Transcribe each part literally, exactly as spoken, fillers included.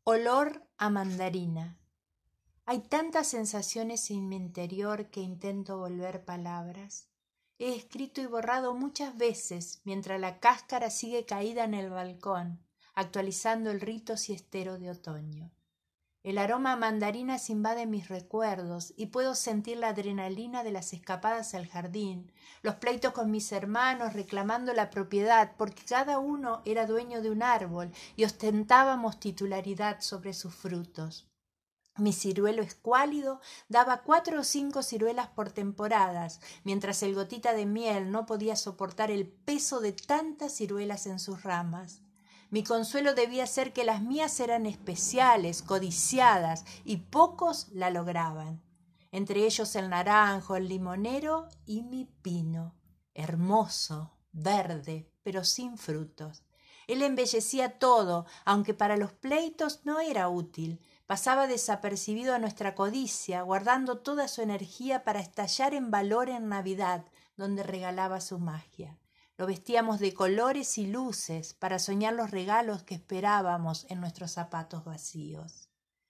Olor a mandarina. Hay tantas sensaciones en mi interior que intento volver palabras. He escrito y borrado muchas veces mientras la cáscara sigue caída en el balcón, actualizando el rito siestero de otoño. El aroma a mandarinas invade mis recuerdos y puedo sentir la adrenalina de las escapadas al jardín, los pleitos con mis hermanos reclamando la propiedad porque cada uno era dueño de un árbol y ostentábamos titularidad sobre sus frutos. Mi ciruelo escuálido daba cuatro o cinco ciruelas por temporadas, mientras el gotita de miel no podía soportar el peso de tantas ciruelas en sus ramas. Mi consuelo debía ser que las mías eran especiales, codiciadas, y pocos la lograban. Entre ellos el naranjo, el limonero y mi pino, hermoso, verde, pero sin frutos. Él embellecía todo, aunque para los pleitos no era útil. Pasaba desapercibido a nuestra codicia, guardando toda su energía para estallar en valor en Navidad, donde regalaba su magia. Lo vestíamos de colores y luces para soñar los regalos que esperábamos en nuestros zapatos vacíos.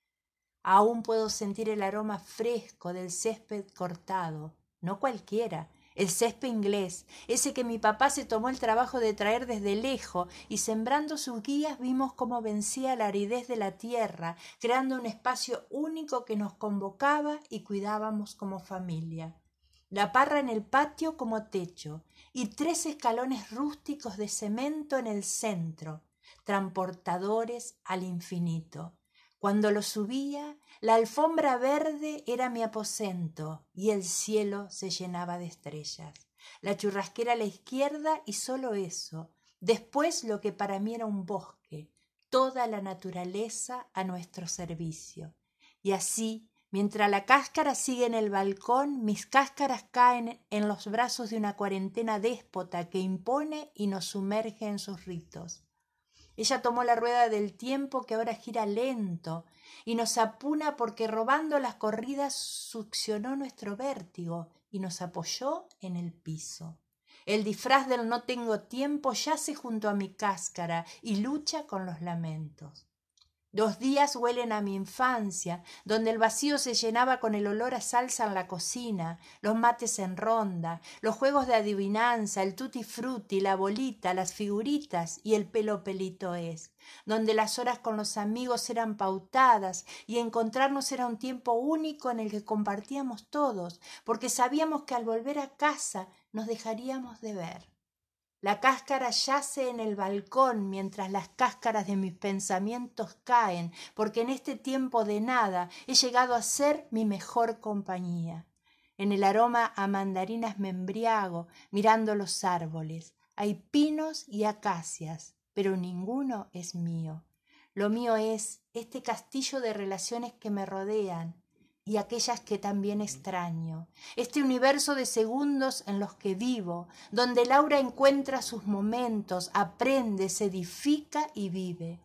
Aún puedo sentir el aroma fresco del césped cortado, no cualquiera, el césped inglés, ese que mi papá se tomó el trabajo de traer desde lejos, y sembrando sus guías vimos cómo vencía la aridez de la tierra, creando un espacio único que nos convocaba y cuidábamos como familia. La parra en el patio como techo, y tres escalones rústicos de cemento en el centro, transportadores al infinito. Cuando lo subía, la alfombra verde era mi aposento y el cielo se llenaba de estrellas. La churrasquera a la izquierda y solo eso. Después lo que para mí era un bosque, toda la naturaleza a nuestro servicio. Y así, mientras la cáscara sigue en el balcón, mis cáscaras caen en los brazos de una cuarentena déspota que impone y nos sumerge en sus ritos. Ella tomó la rueda del tiempo que ahora gira lento y nos apuna porque robando las corridas succionó nuestro vértigo y nos apoyó en el piso. El disfraz del no tengo tiempo yace junto a mi cáscara y lucha con los lamentos. Los días huelen a mi infancia, donde el vacío se llenaba con el olor a salsa en la cocina, los mates en ronda, los juegos de adivinanza, el tutti frutti, la bolita, las figuritas y el pelo pelito es, donde las horas con los amigos eran pautadas y encontrarnos era un tiempo único en el que compartíamos todos, porque sabíamos que al volver a casa nos dejaríamos de ver. La cáscara yace en el balcón mientras las cáscaras de mis pensamientos caen, porque en este tiempo de nada he llegado a ser mi mejor compañía. En el aroma a mandarinas me embriago mirando los árboles. Hay pinos y acacias, pero ninguno es mío. Lo mío es este castillo de relaciones que me rodean, y aquellas que también extraño, este universo de segundos en los que vivo, donde Laura encuentra sus momentos, aprende, se edifica y vive.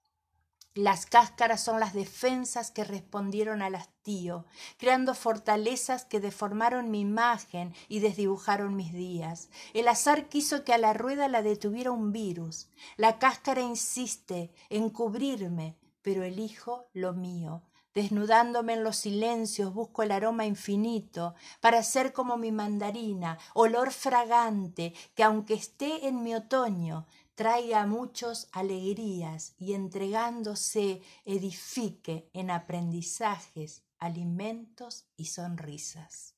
Las cáscaras son las defensas que respondieron al hastío, creando fortalezas que deformaron mi imagen y desdibujaron mis días. El azar quiso que a la rueda la detuviera un virus. La cáscara insiste en cubrirme, pero elijo lo mío. Desnudándome en los silencios busco el aroma infinito para ser como mi mandarina, olor fragante que aunque esté en mi otoño, traiga a muchos alegrías y entregándose edifique en aprendizajes, alimentos y sonrisas.